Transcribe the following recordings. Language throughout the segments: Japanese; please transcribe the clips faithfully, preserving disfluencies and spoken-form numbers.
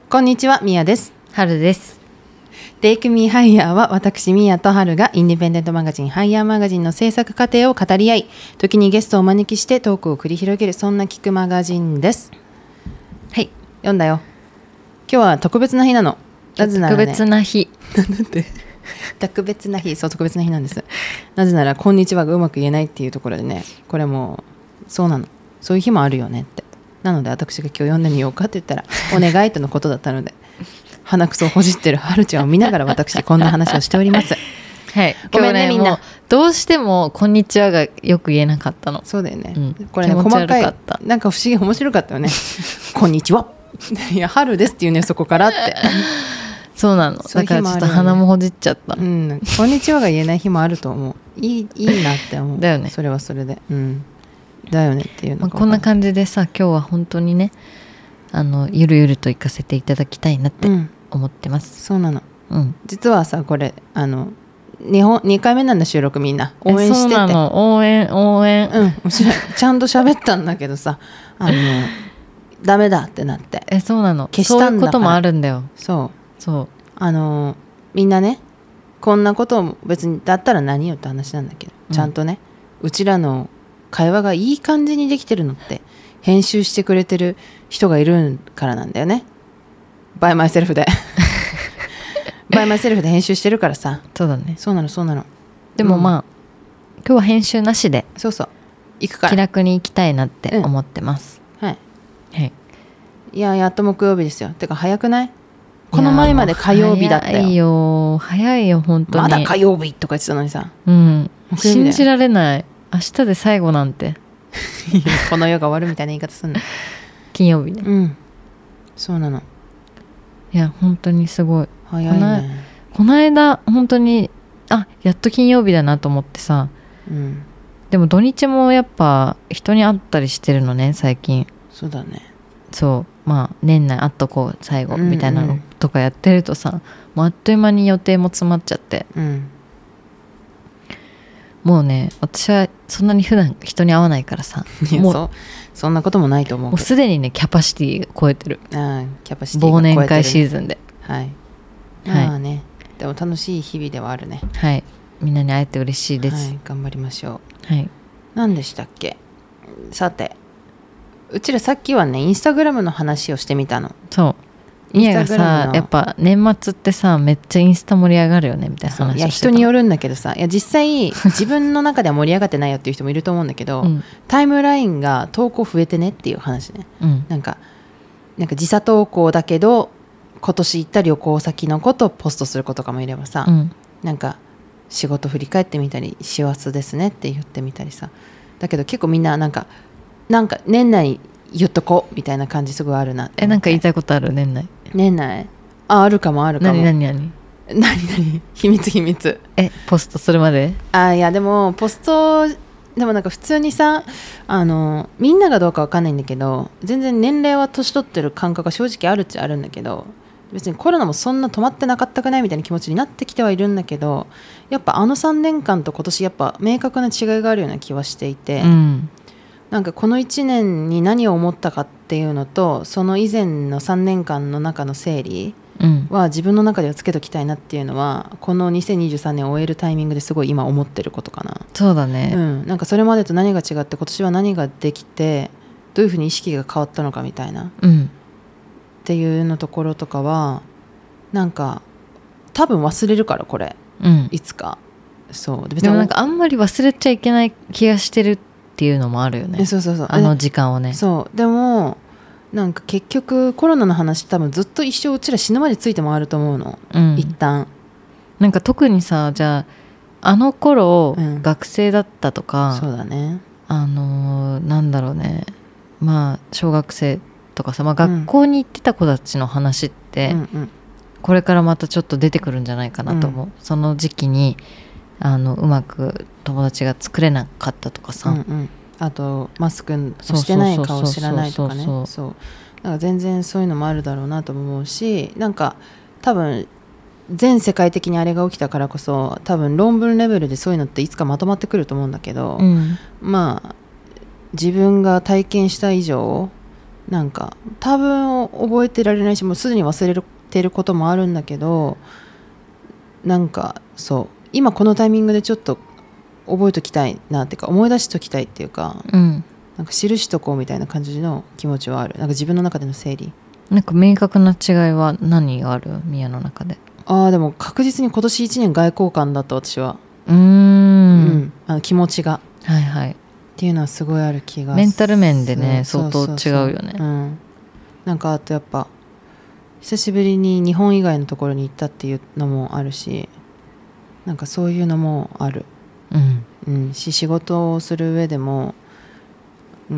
こんにちは、みやです。 春です。 Take Me Higher は私みやと春がインディペンデントマガジンハイヤーマガジンの制作過程を語り合い、時にゲストをお招きしてトークを繰り広げる、そんな聞くマガジンです。 はい、 読んだよ。今日は特別な日なの。なぜならね、 特別な日なんて特別な日、そう特別な日なんです。なぜならこんにちはがうまく言えないっていうところでね、これもそうなの、そういう日もあるよねって。なので私が今日読んでみようかって言ったらお願いとのことだったので鼻くそをほじってる春ちゃんを見ながら私こんな話をしております。 はい、 ごめんね、 今日みんな。 もうどうしてもこんにちはがよく言えなかったの。 そうだよね、 うん、 これね、 気持ち細かい悪かった。 なんか不思議面白かったよねこんにちはいや春ですっていうね、そこからってそうなの。 そういう日もあるよね。 だからちょっと鼻もほじっちゃった、 うん、こんにちはが言えない日もあると思う。いい、いいなって思う。 だよね。 それはそれで、うん、だよねっていうのが、 まあ、こんな感じでさ、今日は本当にね、あのゆるゆると行かせていただきたいなって思ってます、 うん、そうなの、 うん、 実はさ、これあのにほんにかいめなんだ、収録。みんな応援してて。 そうなの、応援応援、 うん、面白い。ちゃんと喋ったんだけどさ、あのダメだってなって、 えそうなの、 消したんだから。 そういうこともあるんだよ。 そうそうあのみんなね、こんなことを別にだったら何よって話なんだけど、ちゃんとね、うん、うちらの会話がいい感じにできてるのって編集してくれてる人がいるからなんだよね。バイマイセルフでバイマイセルフで編集してるからさ。 そうだね。 そうなのそうなの。 でもまあ、うん、今日は編集なしで、 そうそう、行くから気楽に行きたいなって思ってます、 うん、はい、 はい、 いや、やっと木曜日ですよ。てか早くない？この前まで火曜日だったよ。 早いよ早いよ本当に。 まだ火曜日とか言ってたのにさ、 うん、信じられない。明日で最後なんてこの世が終わるみたいな言い方すんの。 金曜日ね。 うん、そうなの。 いや本当にすごい早いね。 この間本当に、あ、やっと金曜日だなと思ってさ、 うん、 でも土日もやっぱ人に会ったりしてるのね最近。 そうだね。 そうまあ年内会っとこう最後みたいなのとかやってるとさ、うんうん、もうあっという間に予定も詰まっちゃって、 うん、 もうね、私はそんなに普段人に会わないからさ、もうそ, そんなこともないと思う。 もうすでにねキャパシティ超えてる。 あ、キャパシティが超えてる、ね、 忘年会シーズンで、 はい、まあね、はい、でも楽しい日々ではあるね。 はい、みんなに会えて嬉しいです、 はい、頑張りましょう。はい、 何でしたっけ。さて、うちらさっきはね、インスタグラムの話をしてみたの。 そう、イヤがさ、やっぱ年末ってさ、めっちゃインスタ盛り上がるよねみたいな話をしてた。 いや、人によるんだけどさ、いや実際自分の中では盛り上がってないよっていう人もいると思うんだけど、うん、タイムラインが投稿増えてねっていう話ね、うん、なんかなんか時差投稿だけど今年行った旅行先のことをポストする子とかもいればさ、うん、なんか仕事振り返ってみたり、師走ですねって言ってみたりさ、だけど結構みんななんかなんか年内言っとこうみたいな感じすごいあるなって。 え、なんか言いたいことある？年内年内ああるかもあるかも。 何何何何何秘密秘密。 え、ポストするまで？ あ、いやでもポストでもなんか普通にさ、あのみんながどうかわかんないんだけど、全然年齢は年取ってる感覚が正直あるっちゃあるんだけど、別にコロナもそんな止まってなかったくないみたいな気持ちになってきてはいるんだけど、やっぱあのさんねんかんと今年やっぱ明確な違いがあるような気はしていて、うん、なんかこのいちねんに何を思ったかっていうのと、その以前のさんねんかんの中の整理は自分の中ではつけときたいなっていうのは、このにせんにじゅうさんねんを終えるタイミングですごい今思ってることかな。 そうだね、 うん、なんかそれまでと何が違って今年は何ができて、どういうふうに意識が変わったのかみたいな、うん、っていうのところとかはなんか多分忘れるからこれ、うん、いつか。そうでもなんかあんまり忘れちゃいけない気がしてるっていうのもあるよね。 そうそうそう、 あの時間をね。 そうでもなんか結局コロナの話多分ずっと一生うちら死ぬまでついて回ると思うの、うん、一旦なんか特にさ、じゃああの頃、うん、学生だったとか、 そうだね、 あのー、なんだろうね、まあ小学生とかさ、まあ、学校に行ってた子たちの話って、うんうんうん、これからまたちょっと出てくるんじゃないかなと思う、うん、その時期にあのうまく友達が作れなかったとかさ、うんうん、 あとマスクしてない顔知らないとかね、そうなんか全然そういうのもあるだろうなと思うし、なんか多分全世界的にあれが起きたからこそ、多分論文レベルでそういうのっていつかまとまってくると思うんだけど、うん、まあ自分が体験した以上なんか多分覚えてられないしもうすでに忘れてることもあるんだけど、なんかそう今このタイミングでちょっと覚えときたいなっていうか思い出しときたいっていうか、 うん、 なんか記しとこうみたいな感じの気持ちはある。なんか自分の中での整理。 なんか明確な違いは何がある？宮の中で。 ああでも確実に今年いちねん外交官だった私は。 うーん、 うん、あの気持ちがはいはいっていうのはすごいある気がする。 メンタル面でね相当違うよね。 うん、なんかあとやっぱ久しぶりに日本以外のところに行ったっていうのもあるし、なんかそういうのもある、 うんうん、し仕事をする上でも、うん、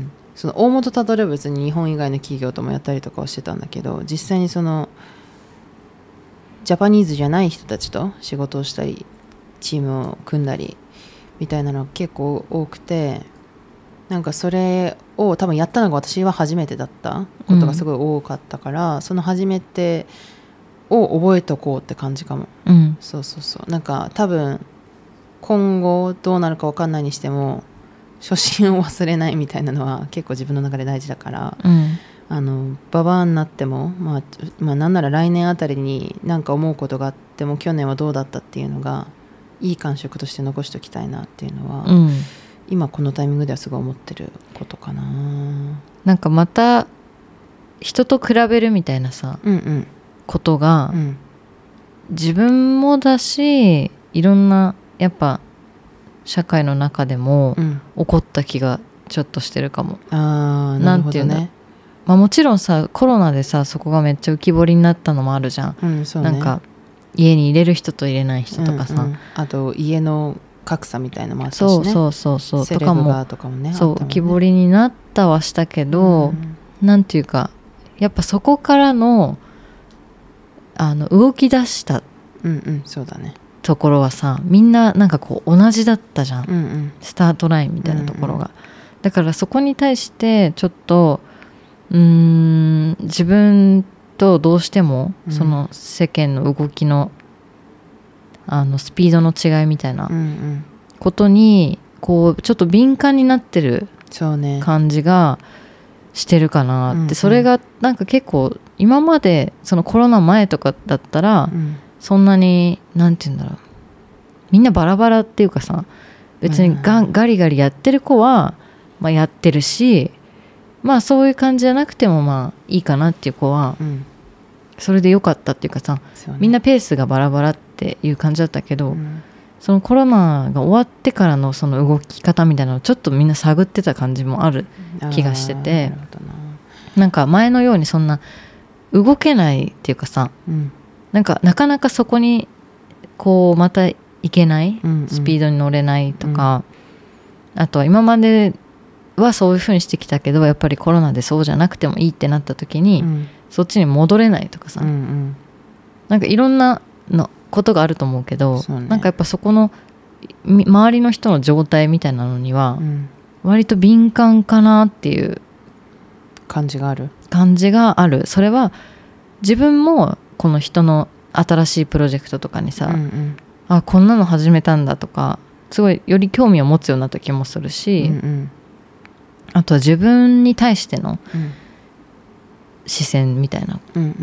その大元たどれば別に日本以外の企業ともやったりとかはしてたんだけど、実際にそのジャパニーズじゃない人たちと仕事をしたりチームを組んだりみたいなのが結構多くて、なんかそれを多分やったのが私は初めてだったことがすごい多かったから、うん、その初めてを覚えとこうって感じかも、 うん、 そうそうそう。なんか多分今後どうなるか分かんないにしても初心を忘れないみたいなのは結構自分の中で大事だから、 うん、 あのババアになっても、まあ、まあなんなら来年あたりに何か思うことがあっても去年はどうだったっていうのがいい感触として残しておきたいなっていうのは、うん、今このタイミングではすごい思ってることかな。 なんかまた人と比べるみたいなさ、うんうん、ことが、うん、自分もだしいろんなやっぱ社会の中でも起こった気がちょっとしてるかも、うん、 あーなるほどね。 なんていうんだ、まあ、もちろんさコロナでさそこがめっちゃ浮き彫りになったのもあるじゃん、うんそうね、なんか家に入れる人と入れない人とかさ、うんうん、 あと家の格差みたいなのもあったしね。 そうそうそうそうセレブガーとかもね、 そう浮き彫りになったはしたけど、うん、なんていうかやっぱそこからのあの動き出したうんうんそうだねところはさみんななんかこう同じだったじゃん、 うんうん、 スタートラインみたいなところが、うんうん、だからそこに対してちょっとうーん自分とどうしてもその世間の動きの、うん、あのスピードの違いみたいなことにこうちょっと敏感になってる感じがしてるかなって、うんうん、それがなんか結構今までそのコロナ前とかだったら、うん、そんなになんて言うんだろうみんなバラバラっていうかさ別にガン、ガリガリやってる子は、まあ、やってるしまあそういう感じじゃなくてもまあいいかなっていう子は、うん、それでよかったっていうかさ、ね、みんなペースがバラバラっていう感じだったけど、うん、そのコロナが終わってからのその動き方みたいなのをちょっとみんな探ってた感じもある気がしてて、ななんか前のようにそんな動けないっていうかさ、うん、なんかなかなかそこにこうまたいけない、うんうん、スピードに乗れないとか、うん、あとは今まではそういう風にしてきたけどやっぱりコロナでそうじゃなくてもいいってなった時に、うん、そっちに戻れないとかさ、うんうん、なんかいろんなのことがあると思うけど、ね、なんかやっぱそこの周りの人の状態みたいなのには、うん、割と敏感かなっていう感じがある感じがある。それは自分もこの人の新しいプロジェクトとかにさ、うんうん、あこんなの始めたんだとかすごいより興味を持つようになった気もするし、うんうん、あとは自分に対しての視線みたいな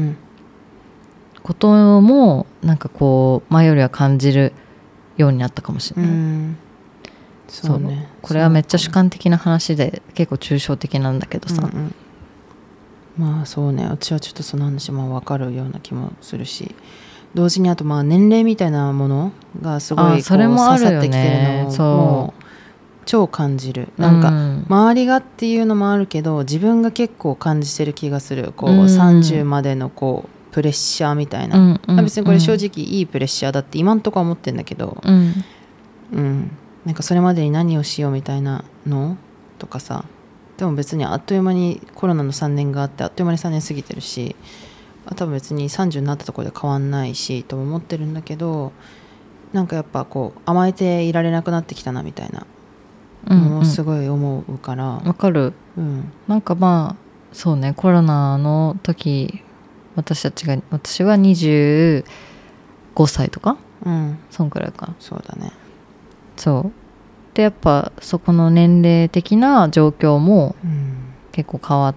こともなんかこう前よりは感じるようになったかもしれない、うん、そうね、これはめっちゃ主観的な話で結構抽象的なんだけどさ、うんうん、 まあそうね私はちょっとその話も分かるような気もするし同時にあとまあ年齢みたいなものがすごいこう刺さってきてるのも超感じる。なんか周りがっていうのもあるけど自分が結構感じてる気がする。こうさんじゅうまでのこうプレッシャーみたいな、うんうんうん、別にこれ正直いいプレッシャーだって今んとこは思ってるんだけど、うんうん、なんかそれまでに何をしようみたいなのとかさ、でも別にあっという間にコロナのさんねんがあってあっという間にさんねん過ぎてるし多分別にさんじゅうになったところで変わんないしと思ってるんだけど、なんかやっぱこう甘えていられなくなってきたなみたいなもうすごい思うからわ、 うんうん、かる、うん、なんかまあそうねコロナの時私たちが私はにじゅうごさいとか、うん、そんくらいか。 そうだね。 そうでやっぱそこの年齢的な状況も結構変わっ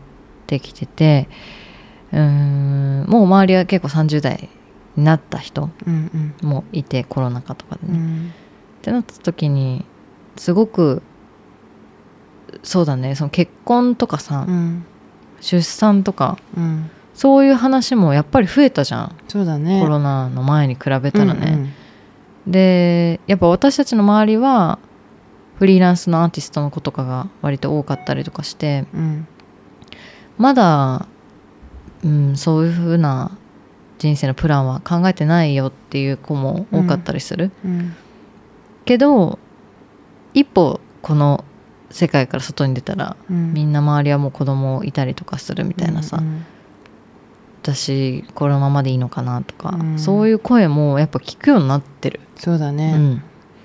ってきてて、うーんもう周りは結構さんじゅう代になった人もいて、うんうん、コロナ禍とかでね、うん、ってなった時にすごくそうだね、その結婚とかさ、うん、出産とか、うん、そういう話もやっぱり増えたじゃん。 そうだね、 コロナの前に比べたらね、うんうん、でやっぱ私たちの周りはフリーランスのアーティストの子とかが割と多かったりとかして、うん、まだ、うん、そういう風な人生のプランは考えてないよっていう子も多かったりする、うんうん、けど一歩この世界から外に出たら、うん、みんな周りはもう子供いたりとかするみたいなさ、うんうん、私このままでいいのかなとか、うん、そういう声もやっぱ聞くようになってる。 そうだね、うん、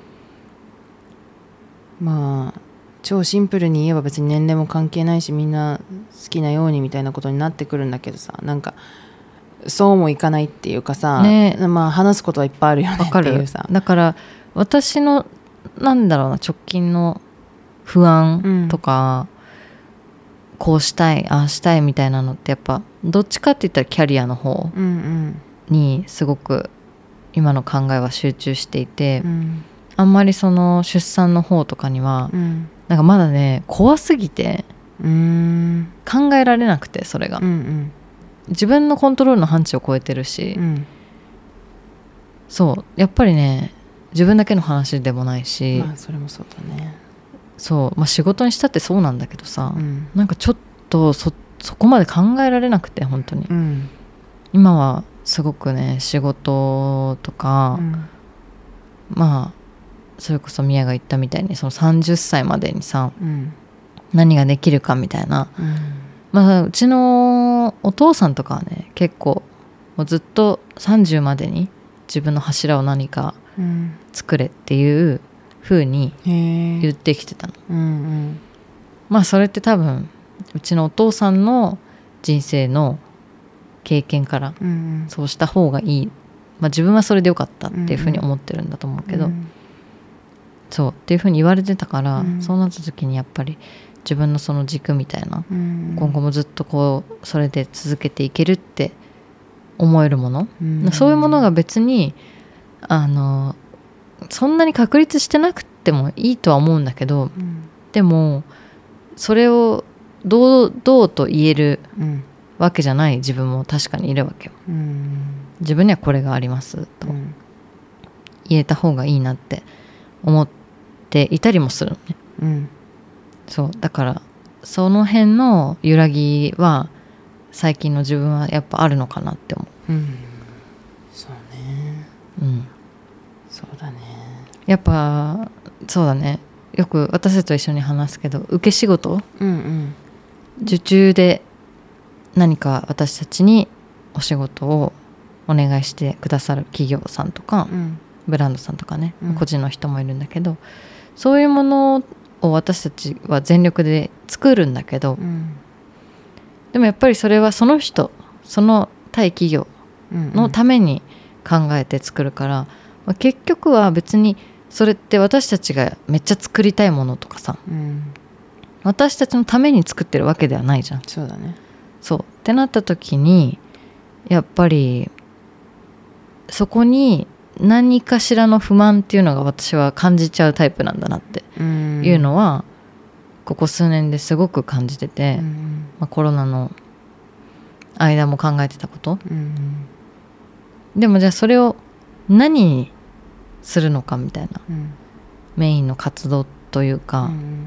まあ超シンプルに言えば別に年齢も関係ないしみんな好きなようにみたいなことになってくるんだけどさ、なんかそうもいかないっていうかさ、ね、まあ話すことはいっぱいあるよねっていうさ。 だから私のなんだろうな、直近の不安とか、うん、こうしたいああしたいみたいなのってやっぱどっちかって言ったらキャリアの方にすごく今の考えは集中していて、うん、あんまりその出産の方とかには、うん、なんかまだね怖すぎてうーん考えられなくて、それが、うんうん、自分のコントロールの範疇を超えてるし、うん、そうやっぱりね自分だけの話でもないし、 まあそれもそうだね。 そう、まあ、仕事にしたってそうなんだけどさ、うん、なんかちょっと そ, そこまで考えられなくて本当に、うん、今はすごくね仕事とか、うん、まあそれこそミヤが言ったみたいにそのさんじゅっさいまでにさ、うん、何ができるかみたいな、うん、まあうちのお父さんとかはね結構もうずっとさんじゅうまでに自分の柱を何か作れっていう風に言ってきてたの、うんうん、まあそれって多分うちのお父さんの人生の経験からそうした方がいい、まあ、自分はそれでよかったっていう風に思ってるんだと思うけど、うんうん、そうっていう風に言われてたから、うん、そうなった時にやっぱり自分のその軸みたいな、うん、今後もずっとこうそれで続けていけるって思えるもの、うん、そういうものが別にあのそんなに確立してなくてもいいとは思うんだけど、うん、でもそれをどう、どうと言えるわけじゃない自分も確かにいるわけよ、うん、自分にはこれがありますと言えた方がいいなって思っていたりもするのね、うん、そうだからその辺の揺らぎは最近の自分はやっぱあるのかなって思う、うん、 そうね、うん、そうだね、 やっぱそうだね、よく私たちと一緒に話すけど受け仕事、うんうん、受注で何か私たちにお仕事をお願いしてくださる企業さんとか、うん、ブランドさんとかね、うん、個人の人もいるんだけど、そういうものを私たちは全力で作るんだけど、うん、でもやっぱりそれはその人その対企業のために考えて作るから、うんうん、まあ、結局は別にそれって私たちがめっちゃ作りたいものとかさ、うん、私たちのために作ってるわけではないじゃん。 そうだね。 そうってなった時にやっぱりそこに何かしらの不満っていうのが私は感じちゃうタイプなんだなっていうのはここ数年ですごく感じてて、うん、まあ、コロナの間も考えてたこと、うん、でもじゃあそれを何にするのかみたいな、うん、メインの活動というか、うん、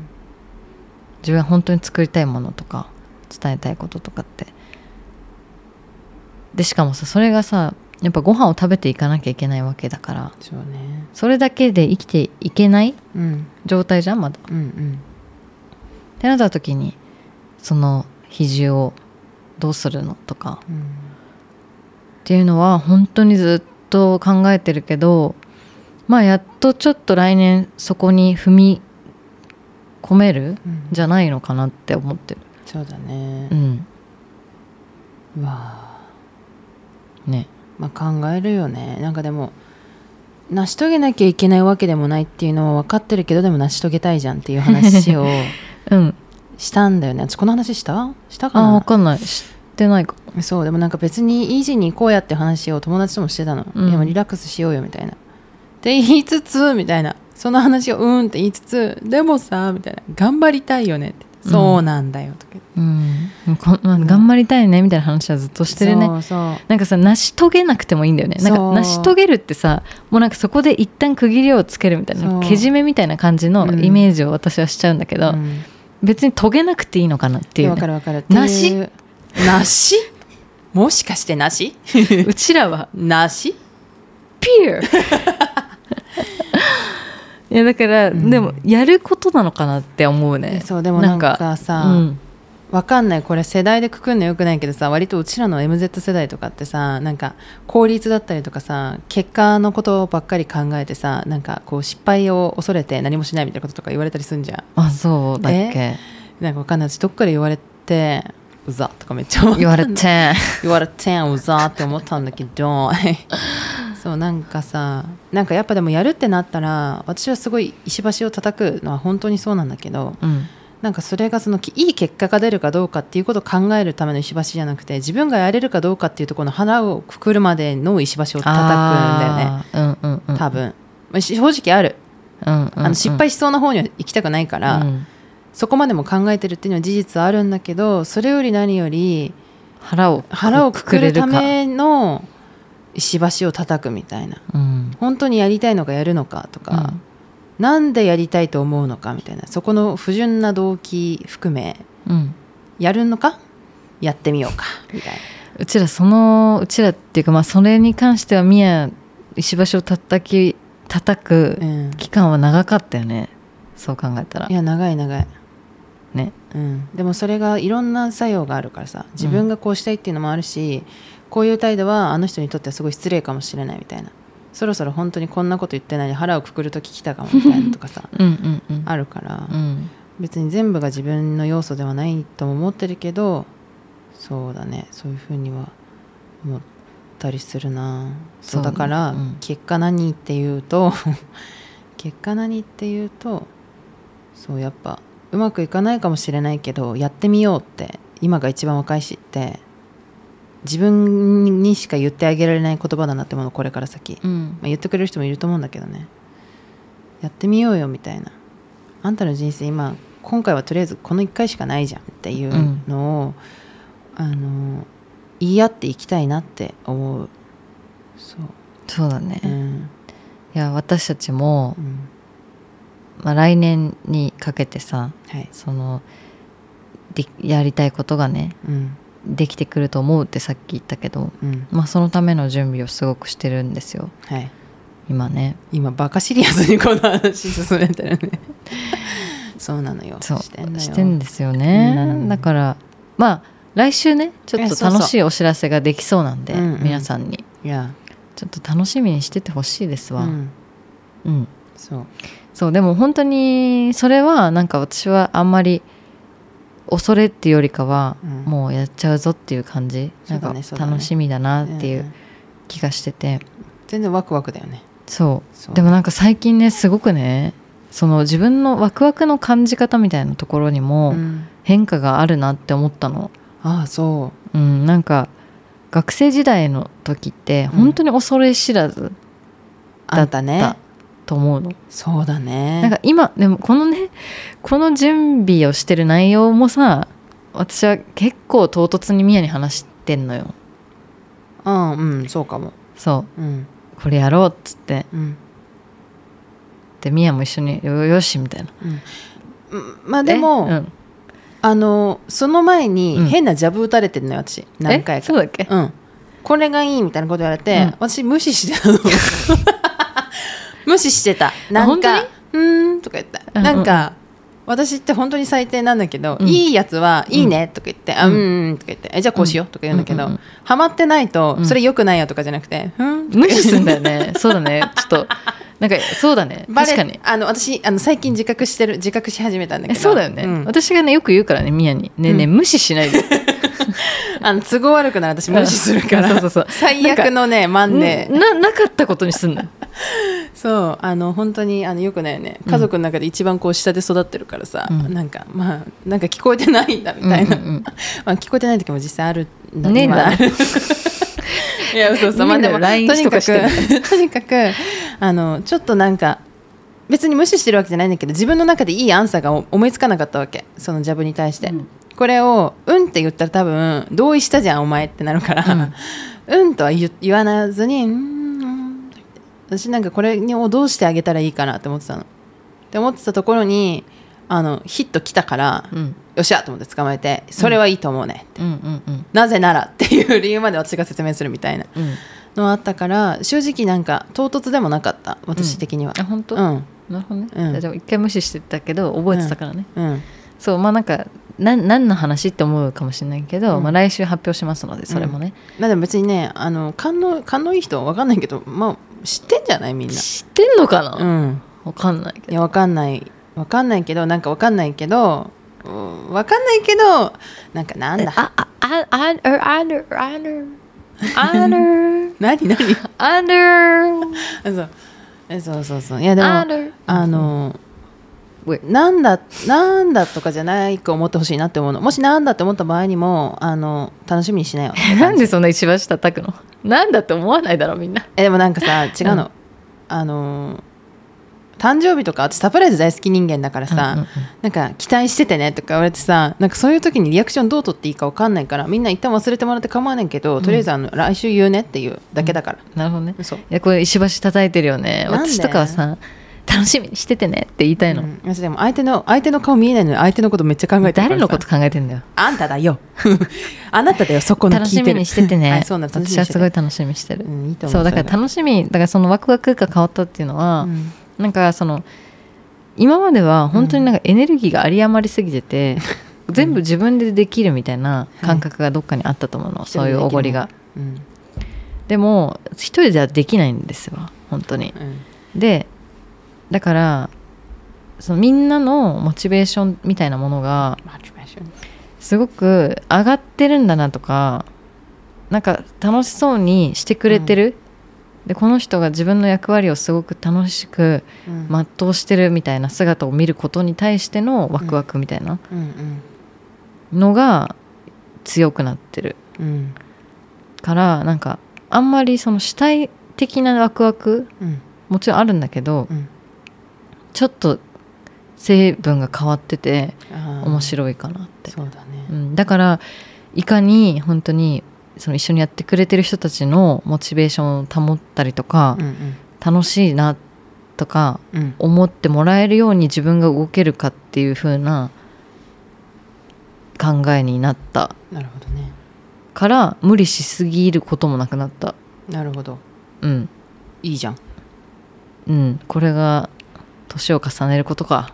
自分は本当に作りたいものとか伝えたいこととかってで、しかもさそれがさやっぱご飯を食べていかなきゃいけないわけだから、 そうね、 それだけで生きていけない状態じゃんまだ、うんうん、ってなった時にその比重をどうするのとか、うん、っていうのは本当にずっと考えてるけど、まあやっとちょっと来年そこに踏み込めるんじゃないのかなって思ってる、 うん、そうだね、うん、うわね、 まあ、考えるよね。なんかでも成し遂げなきゃいけないわけでもないっていうのは分かってるけど、でも成し遂げたいじゃんっていう話を、うん、 したんだよね。私この話したしたかな。 あ、分かんない、知ってないか。 そうでもなんか別にイージーに行こうやって話を友達ともしてたの、うん、いやリラックスしようよみたいなって言いつつみたいな、その話をうんって言いつつ、でもさみたいな、頑張りたいよねって、うん、そうなんだよとか、 うんこまあ、頑張りたいねみたいな話はずっとしてるね。そうそう、なんかさ、成し遂げなくてもいいんだよね。なんか成し遂げるってさ、もうなんかそこで一旦区切りをつけるみたいな、けじめみたいな感じのイメージを私はしちゃうんだけど、うん、別に遂げなくていいのかなっていう、ね、 分かる分かる。なしなしもしかしてなしうちらはなしピューいやだから、うん、でもやることなのかなって思うね。 そうでもなんかさ、うん、わかんない、これ世代でくくんのよくないけどさ、割とうちらの エムゼット 世代とかってさ、なんか効率だったりとかさ、結果のことばっかり考えてさ、なんかこう失敗を恐れて何もしないみたいなこととか言われたりするんじゃん。 あ、そうだっけ。 なんかわかんない、私どっから言われてうざとかめっちゃ思った言われて言われてうざって思ったんだけどそうなんかさ、なんかやっぱでもやるってなったら、私はすごい石橋を叩くのは本当にそうなんだけど、うん、なんかそれがそのいい結果が出るかどうかっていうことを考えるための石橋じゃなくて、自分がやれるかどうかっていうところの腹をくくるまでの石橋を叩くんだよね、うんうんうん、多分正直ある、うんうんうん、あの失敗しそうな方には行きたくないから、うん、そこまでも考えてるっていうのは事実はあるんだけど、それより何より腹を腹をくくるための石橋を叩くみたいな、うん、本当にやりたいのかやるのかとか、うん、なんでやりたいと思うのかみたいな、そこの不純な動機含め、うん、やるのかやってみようかみたいな。 うちらそのうちらっていうか、まあそれに関してはミヤ石橋を叩き叩く期間は長かったよね、うん、そう考えたら。 いや長い長いね、うん、でもそれがいろんな作用があるからさ、自分がこうしたいっていうのもあるし、うん、こういう態度はあの人にとってはすごい失礼かもしれないみたいな、そろそろ本当にこんなこと言ってないで腹をくくるとき来たかもみたいなとかさうんうん、うん、あるから、うん、別に全部が自分の要素ではないとも思ってるけど、そうだね、そういうふうには思ったりするな。そうだから、うん、結果何っていうと結果何っていうと、そうやっぱうまくいかないかもしれないけどやってみようって、今が一番若いしって自分にしか言ってあげられない言葉だなってもの、これから先、うんまあ、言ってくれる人もいると思うんだけどね、やってみようよみたいな、あんたの人生今今回はとりあえずこのいっかいしかないじゃんっていうのを、うん、あの言い合っていきたいなって思う。そうそうだね、うん、いや私たちも、うんまあ、来年にかけてさ、はい、そのでやりたいことがね、うん、できてくると思うってさっき言ったけど、うんまあ、そのための準備をすごくしてるんですよ、はい、今ね。 今バカシリアスにこの話進めてるねそうなのよ、 そうしてんのよ、してんですよね、うん、だからまあ来週ねちょっと楽しいお知らせができそうなんで、そうそう皆さんに、うんうん、ちょっと楽しみにしててほしいですわ、うん、うん、そうそうでも本当にそれはなんか私はあんまり恐れっていうよりかは、うん、もうやっちゃうぞっていう感じ、なんか楽しみだなっていう気がしてて、 全然ワクワクだよね。 そうそうでもなんか最近ねすごくね、その自分のワクワクの感じ方みたいなところにも変化があるなって思ったの、 うん、ああそう、 うん、なんか学生時代の時って本当に恐れ知らずだった、うんねと思うの。 そうだね。 なんか今でもこのねこの準備をしてる内容もさ、私は結構唐突にミヤに話してんのよ。 ああうんそうかも。 そう、うん、これやろうっつって、うん、でミヤも一緒によよしみたいな、 うん、まあでも、うん、あのその前に変なジャブ打たれてるのよ私何回か。 そうだっけ、 うん、これがいいみたいなこと言われて、うん、私無視してたの無視してた。なんかうーんとか言った、うんうん、なんか私って本当に最低なんだけど、うん、いいやつはいいねとか言って、うん、あうんうんとか言ってえじゃあこうしようとか言うんだけど、うんうんうん、ハマってないとそれ良くないよとかじゃなくて、うん、 無視するんだよねそうだねちょっとなんかそうだね確かにあの私あの最近自覚してる自覚し始めたんだけど、 そうだよね、うん、私がねよく言うからねミヤにねえねえ、うん、無視しないであの都合悪くなら私無視するから、そうそうそう最悪のねマンデーな, なかったことにすんのそうあの本当にあのよくないよね、家族の中で一番こう下で育ってるからさ、うん、なんかまあなんか聞こえてないんだみたいな、うんうんうん、まあ聞こえてない時も実際あるんだね今あるいやそうそうまあでもとにかくとにかくあのちょっとなんか別に無視してるわけじゃないんだけど、自分の中でいいアンサーが思いつかなかったわけ、そのジャブに対して、うん、これをうんって言ったら多分同意したじゃんお前ってなるから、うん、うんとは 言, 言わなずに、うん私なんかこれをどうしてあげたらいいかなって思ってたのって思ってたところにあのヒット来たから、うん、よっしゃと思って捕まえて、それはいいと思うねって、うんうんうん、なぜならっていう理由まで私が説明するみたいなのあったから、正直なんか唐突でもなかった私的には、 うん、あ本当、 うんなるほどね、うん、じゃあ一回無視してたけど覚えてたからね、うんうん、そうまあなんかな何の話って思うかもしれないけど、うんまあ、来週発表しますのでそれもね、 うん、まあでも別にねあの勘の勘のいい人は分かんないけど、まあ、知ってんじゃないみんな知ってんのかな、 うん、 分かんないけどいや分かんない分かんないけどなんか分かんないけど分かんないけどなんかなんだああああるあるあるある何何あるそうそうそうそういやでもああのなんだなんだとかじゃないと思ってほしいなって思うの。もしなんだって思った場合にもあの楽しみにしなよなんでそんな石橋叩くのなんだって思わないだろみんな。 えでもなんかさ違うの、うん、あの誕生日とか私サプライズ大好き人間だからさ、うんうんうん、なんか期待しててねとか言われてさ、なんかそういう時にリアクションどう取っていいか分かんないからみんな一旦忘れてもらって構わないけど、うん、とりあえずあの来週言うねっていうだけだから、 うん、なるほどね。そういやこれ石橋叩いてるよね。私とかはさ楽しみにしててねって言いたいの、うん、 私でも相手の相手の顔見えないのに相手のことめっちゃ考えてるからさ。 誰のこと考えてんだよ。 あんただよあなただよそこの聞いてる。 楽しみにしててね、はい、 そうな私はすごい楽しみにしてる、 うん、いいと思う。 そうだから楽しみだからそのワクワクが変わったっていうのは、うん、なんかその今までは本当になんかエネルギーが有り余りすぎてて、うん、全部自分でできるみたいな感覚がどっかにあったと思うの、はい、そういうおごりが、うん、でも一人ではできないんですよ本当に、うん、でだからそのみんなのモチベーションみたいなものがすごく上がってるんだなとか、なんか楽しそうにしてくれてる、うん、でこの人が自分の役割をすごく楽しく全うしてるみたいな姿を見ることに対してのワクワクみたいなのが強くなってる、うん、からなんかあんまりその主体的なワクワク、うん、もちろんあるんだけど、うん、ちょっと成分が変わってて面白いかなって。 そうだね、 うん、だからいかに本当にその一緒にやってくれてる人たちのモチベーションを保ったりとか、うんうん、楽しいなとか思ってもらえるように自分が動けるかっていう風な考えになった。 なるほどね。 から無理しすぎることもなくなった。 なるほど、 うん、 いいじゃん。 うん、これが年を重ねることか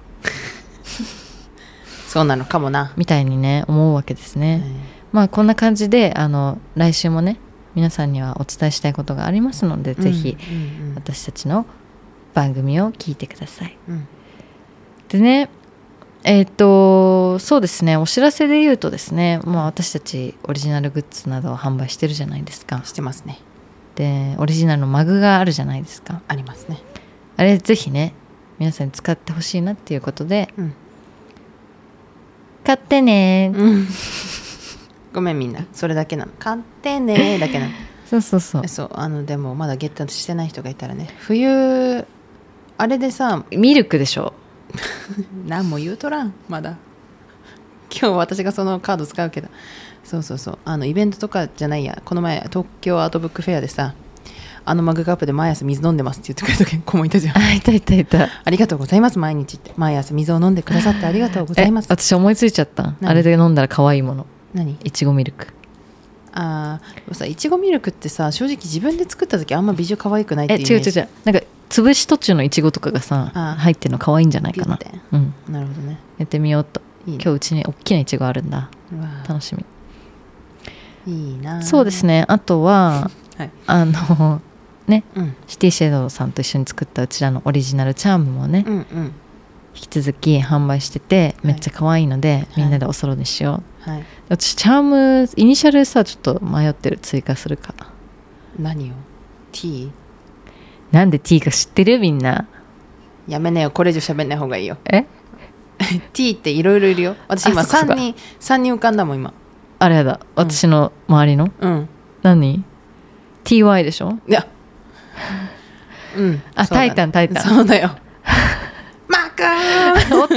そうなのかもなみたいにね思うわけですね、うん、まあこんな感じであの来週もね皆さんにはお伝えしたいことがありますので、うん、ぜひ、うんうん、私たちの番組を聞いてください、うん、でねえっ、ー、とそうですねお知らせで言うとですね、まあ、私たちオリジナルグッズなどを販売してるじゃないですか。 してますね。 でオリジナルのマグがあるじゃないですか。 ありますね。 あれぜひね皆さんに使ってほしいなっていうことで、うん、買ってね、うん、 ごめんみんなそれだけなの。買ってねだけなのそうそうそうそうあのでもまだゲットしてない人がいたらね、冬あれでさミルクでしょ何も言うとらんまだ今日私がそのカード使うけど、そうそうそうあのイベントとかじゃないや、この前東京アートブックフェアでさあのマグカップで毎朝水飲んでますって言ってくれた子もいたじゃん。 あいたいたいた。 ありがとうございます毎日って毎朝水を飲んでくださってありがとうございます。 私思いついちゃった。あれで飲んだら可愛いもの。 何？ いちごミルク。 ああさいちごミルクってさ正直自分で作った時あんまビジュ可愛くないっていうイメージ。 え違う違う違うなんか潰し途中のいちごとかがさ入ってるの可愛いんじゃないかな。うん、 なるほどね。 やってみようと。いいね、今日うちに大きないちごあるんだ。楽しみ。 いいな。 そうですね。あとは、はい、あのね、うん、シティシェードさんと一緒に作ったうちらのオリジナルチャームもね、うんうん、引き続き販売しててめっちゃ可愛いので、はい、みんなでおそろにしよう、はい、私チャームイニシャルさちょっと迷ってる追加するか。 何を T？ なんで T か知ってるみんな。 やめなよ、これ以上喋んない方がいいよ。 え T っていろいろいるよ。私今さんにんさんにん浮かんだもん今。 あれやだ、私の周りの、 うん、 何 ティーワイ でしょ。 いやうん、 あ、タイタンタイタン、 そうだよ。マーカーおっと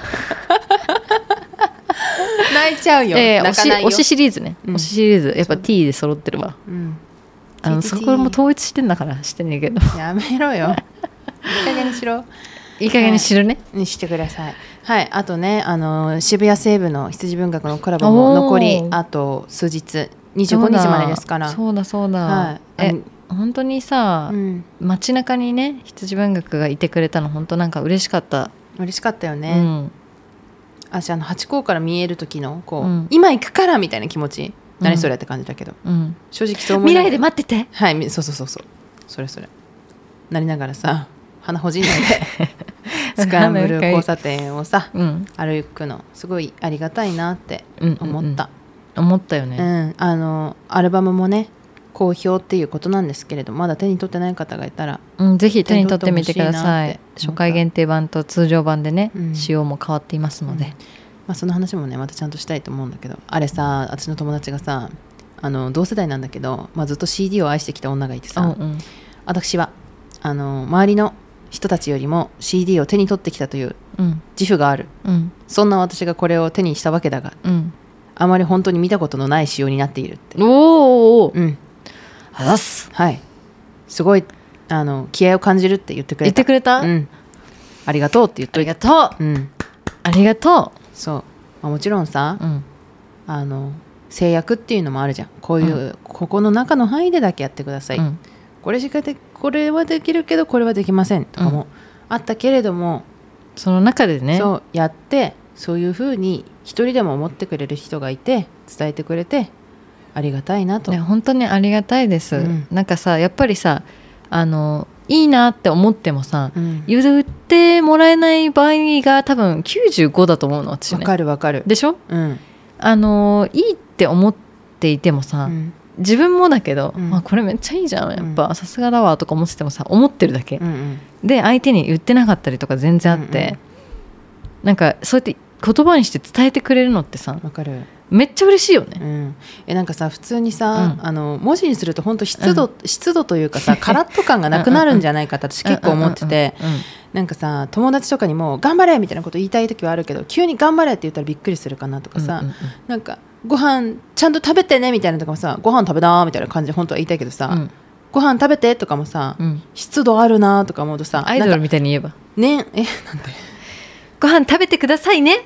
泣いちゃうよ、 えー、 泣かないよ。 推しシリーズね、 うん、 推しシリーズやっぱ T で揃ってるわ、うん、あのそこも統一してんだからしてんねんけどやめろよ、いい加減にしろ、 いい加減にしろね、 はい、にしてください。はい、あとね、あの渋谷西部の羊文学のコラボも残りあと数日、にじゅうごにちまでですから。 そうだそうだ、はい、え本当にさ、うん、街中にね羊文学がいてくれたの本当なんか嬉しかった。 嬉しかったよね、うん、私あのハチ公から見える時のこう、うん、今行くからみたいな気持ち、うん、何それって感じだけど、うん、正直そう思う。 未来で待ってて、 はい、そうそうそうそう、それそれなりながらさ、鼻ほじんないでスクランブル交差点をさ、うん、歩くのすごいありがたいなって思った、うんうんうん、 思ったよね、 うん、あのアルバムもね好評っていうことなんですけれど、まだ手に取ってない方がいたら、 うん、ぜひ手に取ってみてください。初回限定版と通常版でね、うん、仕様も変わっていますので、うん、まあ、その話もねまたちゃんとしたいと思うんだけど、あれさ、私の友達がさ、あの同世代なんだけど、まあ、ずっと シーディー を愛してきた女がいてさ、うんうん、私はあの周りの人たちよりも シーディー を手に取ってきたという自負がある、うん、そんな私がこれを手にしたわけだが、うん、あまり本当に見たことのない仕様になっているって。 おー、うん、 あざっす、はい、すごいあの気合を感じるって言ってくれた。 言ってくれた、 うん、ありがとうって言っといて。 ありがとう、うん、ありがとう。 そう、まあ、もちろんさ、うん、あの制約っていうのもあるじゃん。こういう、うん、ここの中の範囲でだけやってください、うん、これしかでこれはできるけどこれはできませんとかもあったけれども、うん、 その中でね、 そうやってそういうふうに一人でも思ってくれる人がいて伝えてくれてありがたいなと。 ね、本当にありがたいです、うん、なんかさやっぱりさあのいいなって思ってもさ、うん、言ってもらえない場合が多分きゅうじゅうごだと思うの私ね。 わかるわかるでしょ、 うん、 あのいいって思っていてもさ、うん、自分もだけど、うんまあ、これめっちゃいいじゃんやっぱさすがだわとか思っててもさ思ってるだけ、うんうん、で相手に言ってなかったりとか全然あって、うんうん、なんかそうやって言葉にして伝えてくれるのってさわかるめっちゃ嬉しいよね、 うん、えなんかさ普通にさ、うん、あの文字にすると本当湿度、うん、湿度というかさカラッと感がなくなるんじゃないかって私結構思ってて、なんかさ友達とかにも頑張れみたいなこと言いたい時はあるけど急に頑張れって言ったらびっくりするかなとかさ、うんうんうん、なんかご飯ちゃんと食べてねみたいなとかもさご飯食べなみたいな感じで本当は言いたいけどさ、うん、ご飯食べてとかもさ、うん、湿度あるなとか思うとさアイドルみたいに言えばねえなんでご飯食べてくださいね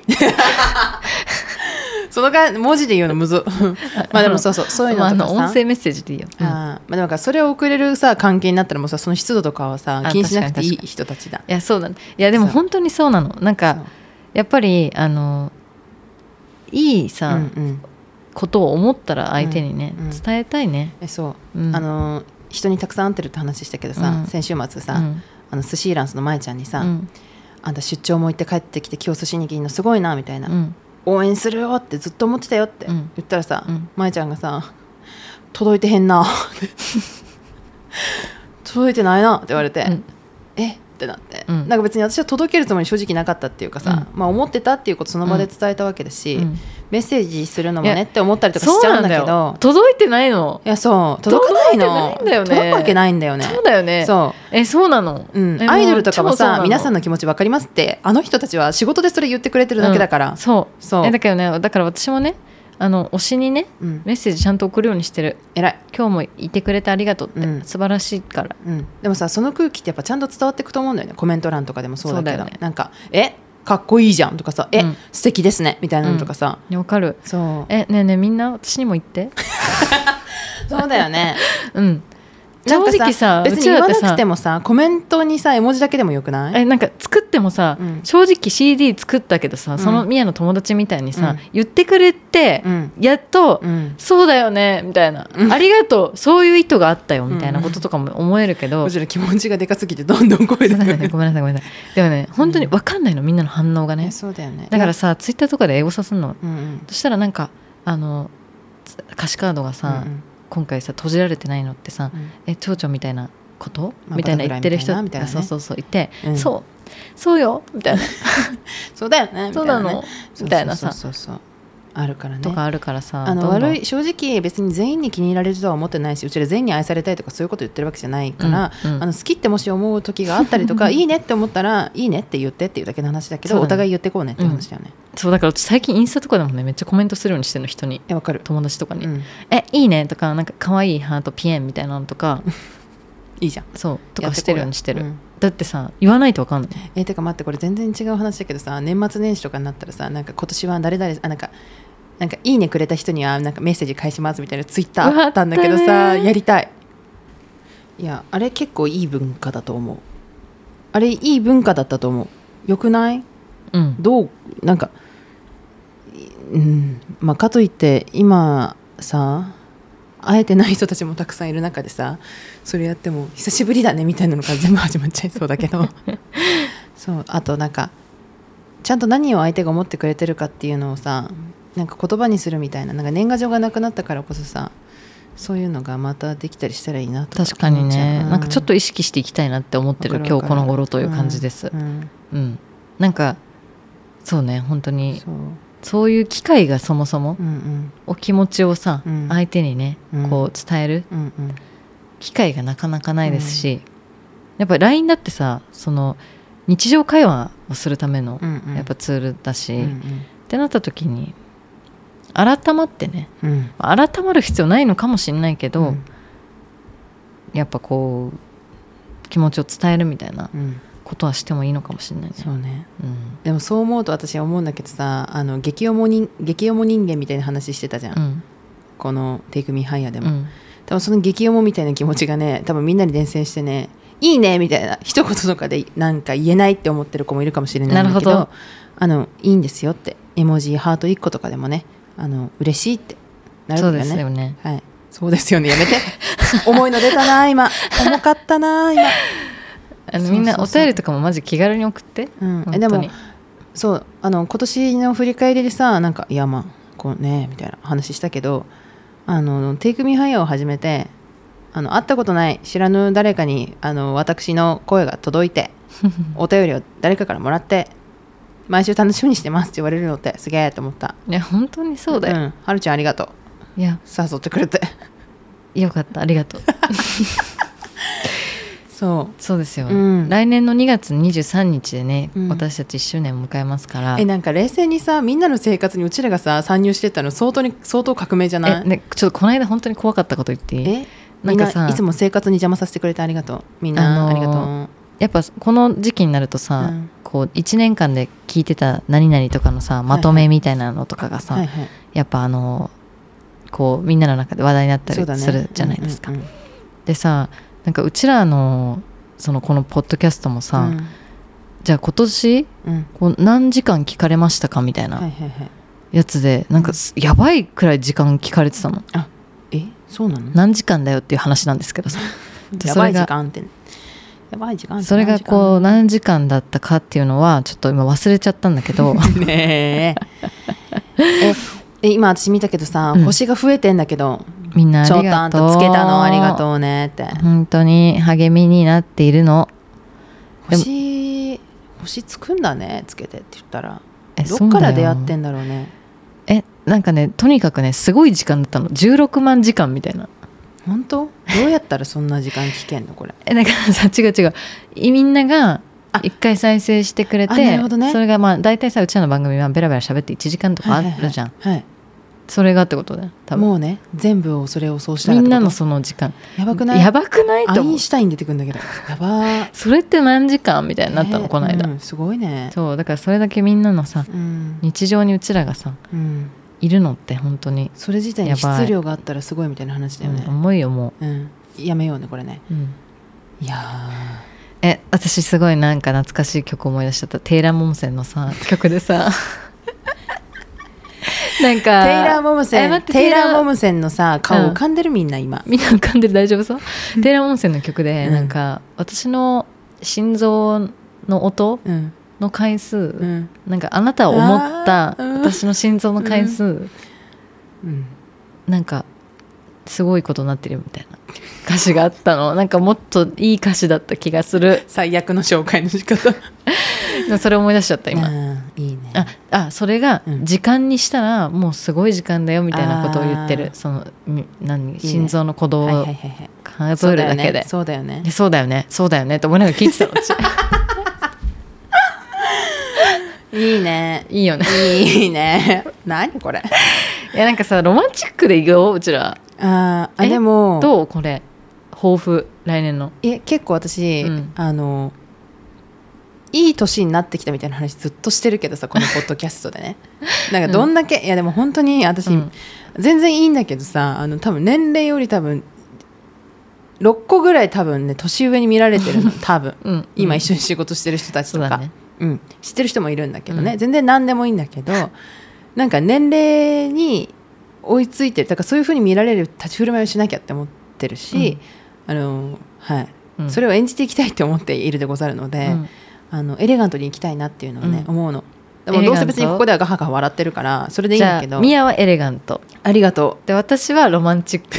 そのか文字で言うのむずまあでもそうそうそういうのとかさ、 まあ、音声メッセージでいいよ、 うん、あまあでもそれを送れるさ関係になったらもうさその湿度とかはさ気にしなくていい人たちだ。 いやそうだ、ね、いやでも本当にそうなの。なんかやっぱりあのいいさ、うんうん、ことを思ったら相手にね、うんうん、伝えたいね。 えそう、うん、あの人にたくさん会ってるって話したけどさ、うん、先週末さ、うん、あのスシーランスのまえちゃんにさ、うん、あんた出張も行って帰ってきて今日寿司握りのすごいなみたいな、うん、応援するよってずっと思ってたよって言ったらさ、うん、まえちゃんがさ届いてへんな届いてないなって言われて、うん、えってなって、うん、なんか別に私は届けるつもり正直なかったっていうかさ、うんまあ、思ってたっていうことその場で伝えたわけだし、うん、メッセージするのもねって思ったりとかしちゃうんだけど届いてないの。 いやそう届かないの。 届いてないんだよね。 届くわけないんだよね。 そうだよね。 そうえそうなの、 うん、アイドルとかもさ皆さんの気持ち分かりますってあの人たちは仕事でそれ言ってくれてるだけだから、 うん、そうそうえだけどねだから私もねあの推しにね、うん、メッセージちゃんと送るようにしてる。 偉い。 今日もいてくれてありがとうって、うん、素晴らしいから、 うん、でもさその空気ってやっぱちゃんと伝わっていくと思うんだよね。コメント欄とかでもそうだけどそうだよ、ね、なんかえかっこいいじゃんとかさえ、うん、素敵ですねみたいなのとかさ、 うん、わかる。 そうえねえねえみんな私にも言ってそうだよねうん正直さ別に言わなくてもさコメントにさ絵文字だけでもよくない？ えなんか作ってもさ、うん、正直 シーディー 作ったけどさ、うん、その宮の友達みたいにさ、うん、言ってくれて、うん、やっと、うん、そうだよねみたいな、うん、ありがとうそういう意図があったよみたいなこととかも思えるけど、 むしろ気持ちがでかすぎてどんどん声でごめんなさいごめんなさいごめんなさいでもね本当に分かんないのみんなの反応がね。 そうだよね。 だからさツイッターとかで英語さすの、うんうん、そしたらなんかあの歌詞カードがさ、うんうん今回さ閉じられてないのってさ、うん、え蝶々みたいなこと、 まあ、 みたいな言ってる人が、 ね、 そうそうそういて、 うん、 そうそうよみたいなそうだよねそうなのみたいなさ、 そうそうそうそうあるからねとかあるからさ、 あの悪い正直別に全員に気に入られるとは思ってないし、うちら全員に愛されたいとかそういうこと言ってるわけじゃないから、うんうん、あの好きってもし思う時があったりとかいいねって思ったらいいねって言ってっていうだけの話だけど、ね、お互い言ってこうねって話だよね、うん、 そうだから最近インスタとかでもねめっちゃコメントするようにしてるの、人に。 えわかる、 友達とかに、 うん、 えいいねとかなんか可愛いハートピエンみたいなのとかいいじゃんそうとかしてるようにしてる、うん、だってさ言わないと分かんない。 えー、てか待ってこれ全然違う話だけどさ、年末年始とかになったらさ、なんか今年は誰々あなんかなんかいいねくれた人にはなんかメッセージ返しますみたいなツイッターあったんだけどさ、やりたい。いやあれ結構いい文化だと思う。あれいい文化だったと思う。よくない？うん、どうなんか、うんまあ、かといって今さ会えてない人たちもたくさんいる中でさ、それやっても久しぶりだねみたいなのから全部始まっちゃいそうだけどそうあとなんかちゃんと何を相手が思ってくれてるかっていうのをさ、なんか言葉にするみたいな、なんか年賀状がなくなったからこそさ、そういうのがまたできたりしたらいいなとか。 確かにね、うん、なんかちょっと意識していきたいなって思ってる今日この頃という感じです、うんうんうん、なんかそうね本当にそう、そういう機会がそもそも、うんうん、お気持ちをさ、うん、相手にねこう伝える機会がなかなかないですし、うん、やっぱり ライン だってさその日常会話をするためのやっぱツールだし、うんうん、ってなった時に改まってね、うん、改まる必要ないのかもしれないけど、うん、やっぱこう気持ちを伝えるみたいなことはしてもいいのかもしれないね。 そうね、うん、でもそう思うと私は思うんだけどさ、あの激重人激重人間みたいな話してたじゃん、うん、この Take Me Higher でも、うん、多分その激重みたいな気持ちがね多分みんなに伝染してね、いいねみたいな一言とかでなんか言えないって思ってる子もいるかもしれないんだけ ど, どあのいいんですよって、絵文字ハートいっことかでもね、あの嬉しいってなるんだよね。 そうですよね、はい、 そうですよね、やめて重いの出たな今、重かったな今。 あのみんなお便りとかもマジ気軽に送って、うん、 えでもそうあの今年の振り返りでさ、なんかいやまあこうねみたいな話したけど、あの Take Me Higher を始めて、あの会ったことない知らぬ誰かにあの私の声が届いてお便りを誰かからもらって毎週楽しみにしてますって言われるのってすげえと思った。 いや本当にそうだよ、うん、 はるちゃんありがとう。いや誘ってくれてよかった、ありがとうそうそうですよ、うん、来年のにがつにじゅうさんにちでね、うん、私たちいっしゅうねんを迎えますから。 えなんか冷静にさみんなの生活にうちらがさ参入してったの相当に相当革命じゃない？ え、ね、ちょっとこの間本当に怖かったこと言っていい？ えなんかさみんないつも生活に邪魔させてくれてありがとう。みんな、あのー、ありがとう。 やっぱこの時期になるとさ、うん、こういちねんかんで聞いてた何々とかのさまとめみたいなのとかがさ、はいはい、やっぱあのこうみんなの中で話題になったりするじゃないですか、ねうんうんうん、でさなんかうちらのそのこのポッドキャストもさ、うん、じゃあ今年、うん、こう何時間聞かれましたかみたいなやつで、はいはいはい、なんかやばいくらい時間聞かれてたの。 あえそうなの？ 何時間だよっていう話なんですけどさやばい時間ってやばい時間それがこう何時間だったかっていうのはちょっと今忘れちゃったんだけどねええ今私見たけどさ、うん、星が増えてんだけど、 みんなありがとう、ちょっとあんたつけたのありがとうねって。 本当に励みになっているの。 星星つくんだねつけてって言ったらどっから出会ってんだろうね。 えなんかねとにかくねすごい時間だったの、じゅうろくまんじかんみたいな。 本当？どうやったらそんな時間聞けんのこれ。 えだからさ違う違うみんながいっかい再生してくれて、ね、それがまあ大体さうちらの番組はベラベラ喋っていちじかんとかあるじゃん、はいはいはい、それがってことだよ多分。 もうね全部をそれをそうしたらみんなのその時間やばくない？ やばくないと思う。 アインシュタイン出てくるんだけどやばそれって何時間みたいになったの、えー、この間、 うん、すごいね。 そうだからそれだけみんなのさ、うん、日常にうちらがさ、うん、いるのって本当にそれ自体に質量があったらすごいみたいな話だよね、 うん、重いよもう、うん、 やめようねこれね、うん、いやえ私すごいなんか懐かしい曲思い出しちゃった。テイラー・モムセンのさ曲でさなんかテイラー・モムセンテイラー・モムセンのさ顔浮かんでる、うん、みんな今みんな浮かんでる大丈夫そうテイラー・モムセンの曲で、うん、なんか私の心臓の音の回数、うん、なんかあなたを思った私の心臓の回数、うん、なんかすごいことになってるみたいな歌詞があったの。なんかもっといい歌詞だった気がする。 最悪の紹介の仕方それ思い出しちゃった今。 いいね。 ああそれが時間にしたらもうすごい時間だよみたいなことを言ってる。その何心臓の鼓動を数えるだけで。 そうだよね。 そうだよね。そうだよねと思いながら聞いてたの私。 いいね。 いいよね。 いいね。何これ。 いやなんかさロマンチックでいくようちら。 ああでもどうこれ抱負来年の。 え結構私、うん、あのいい年になってきたみたいな話ずっとしてるけどさこのポッドキャストでねなんかどんだけ、うん、いやでも本当に私、うん、全然いいんだけどさあの多分年齢より多分ろっこぐらい多分ね年上に見られてるの多分、うん、今一緒に仕事してる人たちとか、ねうん、知ってる人もいるんだけどね、うん、全然何でもいいんだけどなんか年齢に追いついてるだからそういう風に見られる立ち振る舞いをしなきゃって思ってるし、うん、あのはいうん、それを演じていきたいって思っているでござるので、うん、あのエレガントに行きたいなっていうのはね、うん、思うの。でもどうせ別にここではガハガハ笑ってるからそれでいいんだけど。 じゃあミヤはエレガントありがとうで私はロマンチック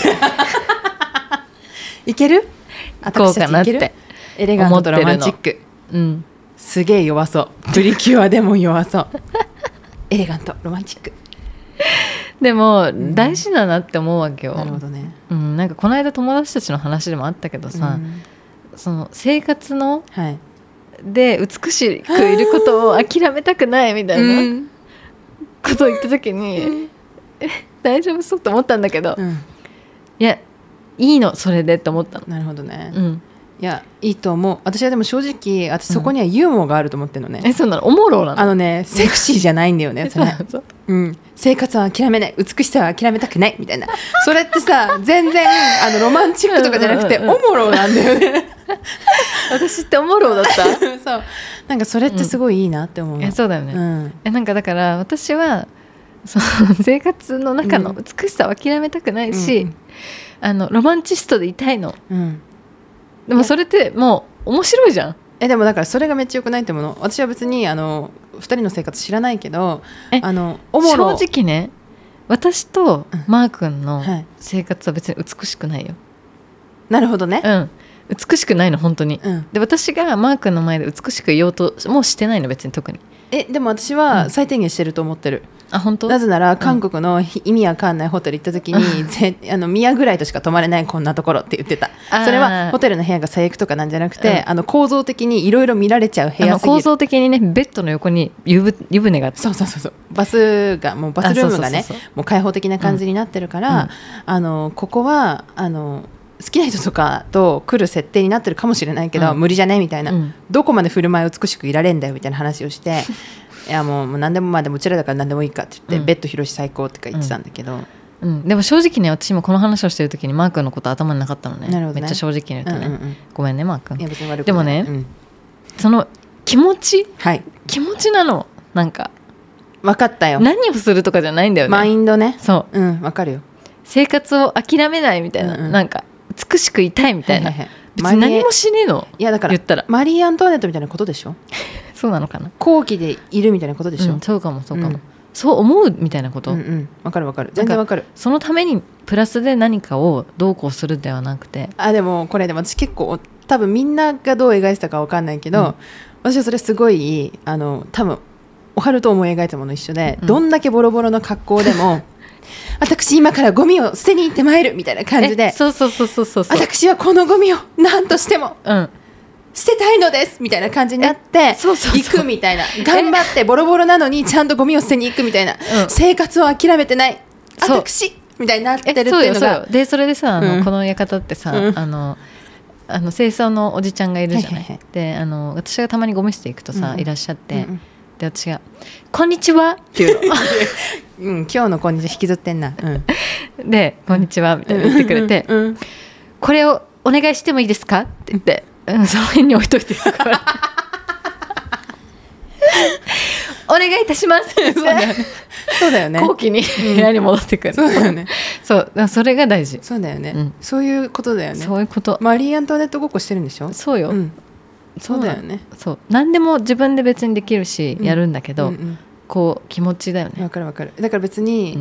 いけるこうかなってエレガントとロマンチック、うん、すげえ弱そうプリキュアでも弱そうエレガントロマンチックでも大事だなって思うわけよ、うん、 なるほどね、 うん、なんかこの間友達たちの話でもあったけどさ、うん、その生活の、はい、で美しくいることを諦めたくないみたいなことを言った時に、うん、大丈夫そうと思ったんだけど、うん、いやいいのそれでって思ったの。 なるほどね、うんいやいいと思う。私はでも正直私そこにはユーモアがあると思ってるのね、 うん、えそうなのおもろなのあのねセクシーじゃないんだよねそれそううん、生活は諦めない美しさは諦めたくないみたいなそれってさ全然あのロマンチックとかじゃなくておもろなんだよね私っておもろだったそうなんかそれってすごいいいなって思う、 うん、えそうだよね、うん、えなんかだから私はその生活の中の美しさは諦めたくないし、うん、あのロマンチストでいたいの、うんでもそれってもう面白いじゃん。 えでもだからそれがめっちゃ良くないってもの。私は別にあのふたりの生活知らないけどあのおもろ正直ね私とマー君の生活は別に美しくないよ、 うん、なるほどね、 うん、美しくないの本当に、うん、で私がマー君の前で美しく言おうともうしてないの別に特に。 えでも私は最低限してると思ってる、 うん、あ本当なぜなら韓国の意味わかんないホテル行った時に、うん、ぜあの宮ぐらいとしか泊まれないこんなところって言ってた。それはホテルの部屋が最悪とかなんじゃなくて、うん、あの構造的にいろいろ見られちゃう部屋すぎる。 構造的にねベッドの横に湯ぶ湯船があってそうそうそうそうバスがもうバスルームがねもう開放的な感じになってるから、うん、あのここはあの好きな人とかと来る設定になってるかもしれないけど、うん、無理じゃねみたいな、うん、どこまで振る舞い美しくいられんだよみたいな話をしていやもう、もう何でもまあでもうちらだから何でもいいかって言って、うん、ベッド広し最高って言ってたんだけど、うんうん、でも正直ね私もこの話をしてる時にマー君のこと頭になかったの ね, ねめっちゃ正直に言うとね、うんうんうん、ごめんねマー君。 いや別に悪くない。 でもね、 うん、 その気持ち、 はい、 気持ちなのなんか分かったよ。 何をするとかじゃないんだよねマインドね。 そううん分かるよ。 生活を諦めないみたいな、うんうん、なんか美しくいたいみたいな、はいはいはい、別に何もしねえの。 いやだから言ったらマリー・アントワネットみたいなことでしょそうなのかな後期でいるみたいなことでしょ、 うん、そうかもそうかも、うん、そう思うみたいなこと。 うんうん分かる分かる全然分かる。 そのためにプラスで何かをどうこうするではなくてあでもこれでも私結構多分みんながどう描いてたか分かんないけど、うん、私はそれすごいあの多分おはると思い描いたもの一緒で、うん、どんだけボロボロの格好でも私今からゴミを捨てに行ってまいるみたいな感じでそうそうそうそうそう私はこのゴミを何としても、うん捨てたいのですみたいな感じになって行くみたいな頑張ってボロボロなのにちゃんとゴミを捨てに行くみたいな、うん、生活を諦めてない私みたいになってるっていうのがでそれでさあの、うん、この館ってさ、うん、あのあの清掃のおじちゃんがいるじゃない、はいはいはい、であの私がたまにゴミ捨て行くとさ、うん、いらっしゃって、うん、で私がこんにちはっていうの、 うん、今日のこんにちは引きずってんな、 うん、でこんにちはみたいな言ってくれて、うんうん、これをお願いしてもいいですかって言ってうん、その辺に置いといてからお願いいたしますそうだよねそうだよね後期に部屋に戻ってくる、 そうだよねそうそれが大事。 そうだよね、うん、そういうことだよね。 そういうこと。 マリー・アントワネットごっこしてるんでしょ。 そうよ、うん、 そうだよね。 そう何でも自分で別にできるし、うん、やるんだけど、うんうん、こう気持ちだよね。 わかるわかる。だから別に、うん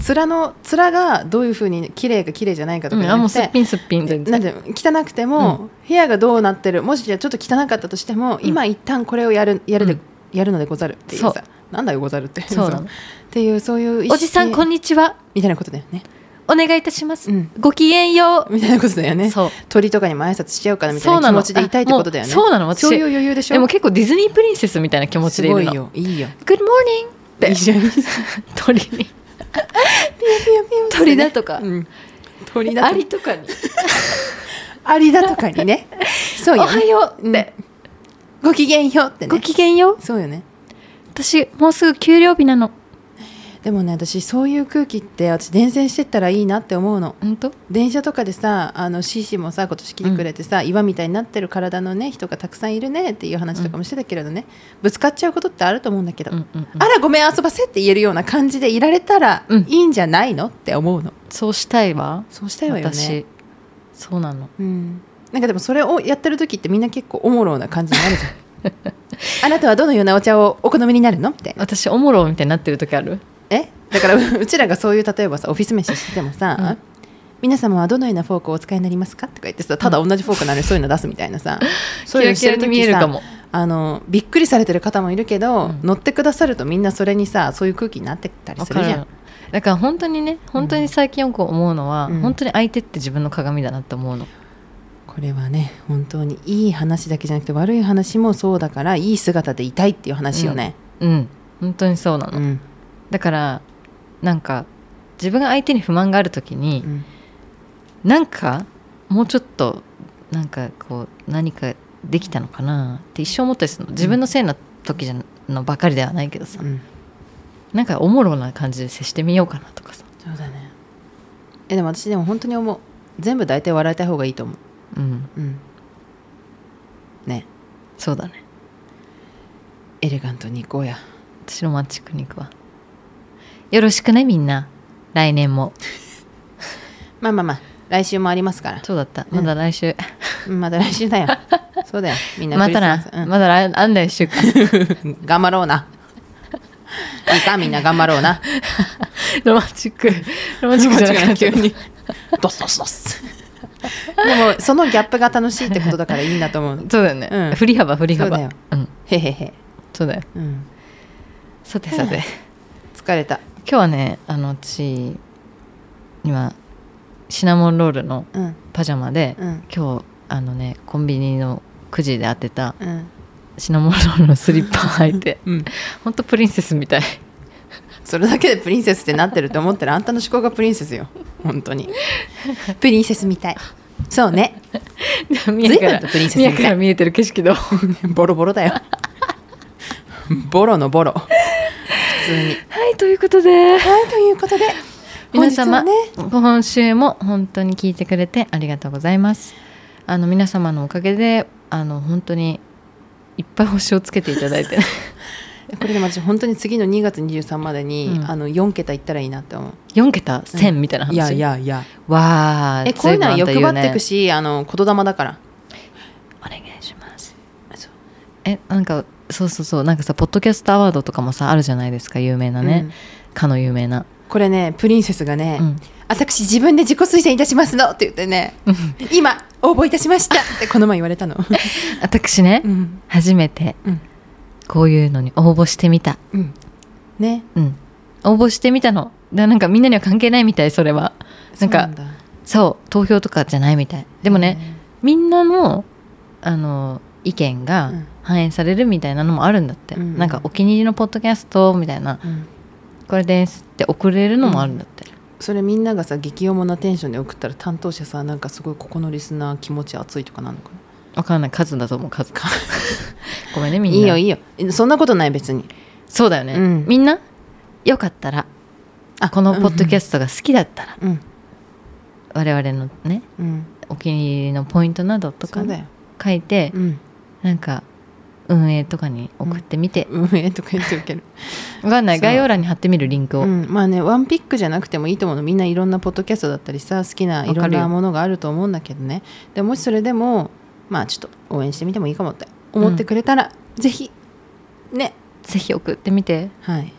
面の面がどういう風に綺麗か綺麗じゃないかとかじゃなくて、 うん、あもうすっぴんすっぴん全然なんで汚くても、うん、部屋がどうなってる、もしじゃちょっと汚かったとしても、うん、今一旦これをやるやるで、うん、やるのでござるっていうさ、なんだよござるってそうなのっていう、そういうおじさんこんにちはみたいなことだよね。 お願いいたします、うん、ごきげんようみたいなことだよね。そう鳥とかにも挨拶しちゃうからみたいな気持ちでいたいってことだよね。 そうなの、私そういう余裕でしょ。 でも結構ディズニープリンセスみたいな気持ちでいるの。 すごいよ、いいよ。 Good morning っていいじゃん鳥にピヨピヨピヨ鳥だとか、うん、鳥だとかアリとかにアリだとかにねそうよね、 おはようって、 うん、ごきげんようってね。 ごきげんよう。 そうよね。 私もうすぐ給料日なの。 でもね、私そういう空気って私伝染してったらいいなって思うの。 本当？ 電車とかでさ、あの シーシー もさ今年来てくれてさ、うん、岩みたいになってる体のね人がたくさんいるねっていう話とかもしてたけれどね、うん、ぶつかっちゃうことってあると思うんだけど、うんうんうん、あらごめん遊ばせって言えるような感じでいられたらいいんじゃないの、うん、って思うの。 そうしたいわ。 そうしたいわよね。 私そうなの、 うん、なんかでもそれをやってる時ってみんな結構おもろな感じになるじゃんあなたはどのようなお茶をお好みになるのって。 私おもろみたいになってる時ある。 えだからうちらがそういう例えばさオフィス飯しててもさ、うん、皆様はどのようなフォークをお使いになりますかとか言ってさ、ただ同じフォークなのにそういうの出すみたいなさ、うん、そういうのしてる時さ、キラキラに見えるかも。あのびっくりされてる方もいるけど、うん、乗ってくださるとみんなそれにさそういう空気になってたりするじゃん。 だから本当にね、本当に最近よく思うのは、うん、本当に相手って自分の鏡だなって思うの。 これはね本当にいい話だけじゃなくて悪い話もそうだから、いい姿でいたいっていう話よね。 うん、うん、本当にそうなの、うん、だからなんか自分が相手に不満があるときに、うん、なんかもうちょっとなんかこう何かできたのかなって一生思ったりするの。自分のせいな時じゃのばかりではないけどさ、うん、なんかおもろな感じで接してみようかなとかさ。 そうだね。えでも私でも本当に思う。全部大体笑いたい方がいいと思う。うんうん、ね。 そうだね。 エレガントに行こうや。 私ロマンチックに行くわ。よろしくねみんな、来年もまあまあまあ来週もありますから。 そうだった、まだ来週、 うん、まだ来週だよそうだよみんなまたな、うん、まだあんだよいっしゅうかん頑張ろうな。いいかみんな頑張ろうなロマンチックロマンチックじゃなくて急にドスドスドスでもそのギャップが楽しいってことだからいいんだと思う。 そうだよね、うん、振り幅振り幅。そうだよ、うん、 へへへ。 そうだよ、うん、さてさて疲れた。 今日はね、あの私今シナモンロールのパジャマで、うん、今日あのねコンビニのくじで当てた、うん、シナモンロールのスリッパ履いて、うん、ほんとプリンセスみたい。 それだけでプリンセスってなってると思ったらあんたの思考がプリンセスよ本当にプリンセスみたい。そうね見えからプリンセスみたい。見えから見えてる景色どボロボロだよボロのボロ普通に。 はいということではいということで皆様、ね、今週も本当に聞いてくれてありがとうございます。あの皆様のおかげであの本当にいっぱい星をつけていただいてこれでも私本当に次のにがつにじゅうさんまでに、うん、あのよんけたいったらいいなって思う。 よんけたせんみたいな話、うん、 いやいやいやわーえこういうのは欲張っていくし、あの言霊だからお願いします。えなんかそうそうそうなんかさポッドキャストアワードとかもさあるじゃないですか、有名なね、うん、かの有名なこれねプリンセスがね、うん、私自分で自己推薦いたしますのって言ってね今応募いたしましたってこの前言われたの私ね、うん、初めて、うん、こういうのに応募してみた、うん、 ね、 うん、応募してみたのでなんかみんなには関係ないみたい。それはなんかそう投票とかじゃないみたい。でもねみんなのあの意見が反映されるみたいなのもあるんだって、うん、なんかお気に入りのポッドキャストみたいな、うん、これですって送れるのもあるんだって、うん、 それみんながさ激重なテンションで送ったら担当者さなんかすごいここのリスナー気持ち熱いとかなのかな。 分かんない、数だと思う数ごめんねみんな。 いいよいいよそんなことない別に。 そうだよね、うん、みんなよかったらあこのポッドキャストが好きだったら、うん、我々のね、うん、お気に入りのポイントなどとか、ね、書いて、うん、なんか運営とかに送ってみて、 うん、運営とか言っておける分かんない概要欄に貼ってみるリンクを、うん、 まあねワンピックじゃなくてもいいと思うの。みんないろんなポッドキャストだったりさ好きないろんなものがあると思うんだけどね。でもしそれでもまあちょっと応援してみてもいいかもって思ってくれたら、うん、ぜひねぜひ送ってみて。 はい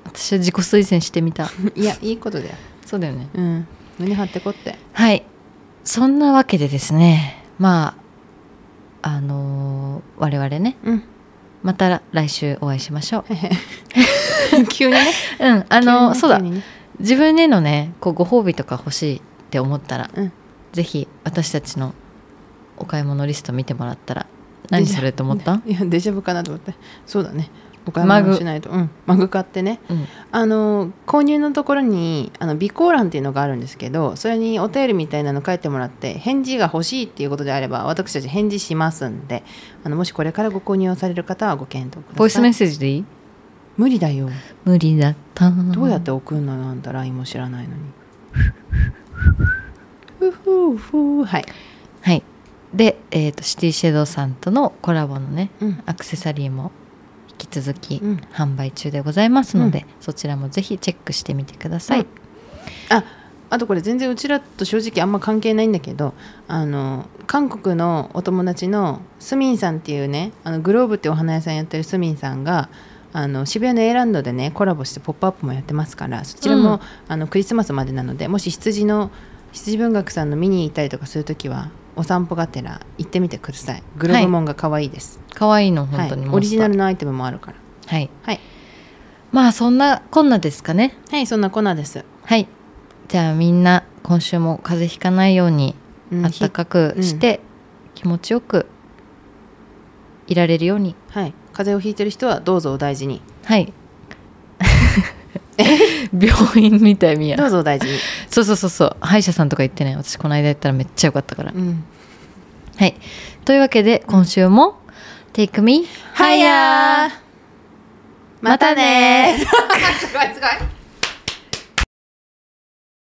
私は自己推薦してみた。 いやいいことだよ。 そうだよね。 うん胸張ってこって。 はい、そんなわけでですね、まああのー、我々ね、 うん、 また来週お会いしましょう。 急にね。 うんあのーね、そうだ、 ね、 自分へのねこうご褒美とか欲しいって思ったら、 うん、 ぜひ私たちのお買い物リスト見てもらったら。何それと思った？ いやデジャブかなと思って。そうだね、お買い物しないと。マグ、うん、マグ買ってね、うん、あの購入のところにあの備考欄っていうのがあるんですけど、それにお便りみたいなの書いてもらって返事が欲しいっていうことであれば私たち返事しますんで、あのもしこれからご購入をされる方はご検討ください。 ボイスメッセージでいい？ 無理だよ。 無理だった。 どうやって送るのよあんた ライン も知らないのに。ふふふはいはいで、えーと、シティシェドさんとのコラボのね、うん、アクセサリーも引き続き販売中でございますので、うん、そちらもぜひチェックしてみてください、うん、 ああとこれ全然うちらと正直あんま関係ないんだけど、あの韓国のお友達のスミンさんっていうね、あのグローブってお花屋さんやってるスミンさんがあの渋谷の A ランドでねコラボしてポップアップもやってますから、そちらも、うん、あのクリスマスまでなので、もし羊の羊文学さんの見に行ったりとかするときはお散歩がてら行ってみてください。グローブもんが可愛いです。 可、はい、愛いの本当に、 はい、オリジナルのアイテムもあるから。 はい、 はい、 まあそんなこんなですかね。 はい、そんなこんなです。 はい、じゃあみんな今週も風邪ひかないようにあったかくして、うん、気持ちよくいられるように、 はい、風邪をひいてる人はどうぞお大事に。 はい病院みたいみや。 どうぞお大事に。 そうそうそうそう、歯医者さんとか行ってね、私この間やったらめっちゃよかったから、うん、はいというわけで今週も、うん、Take me higher またねすごいすごい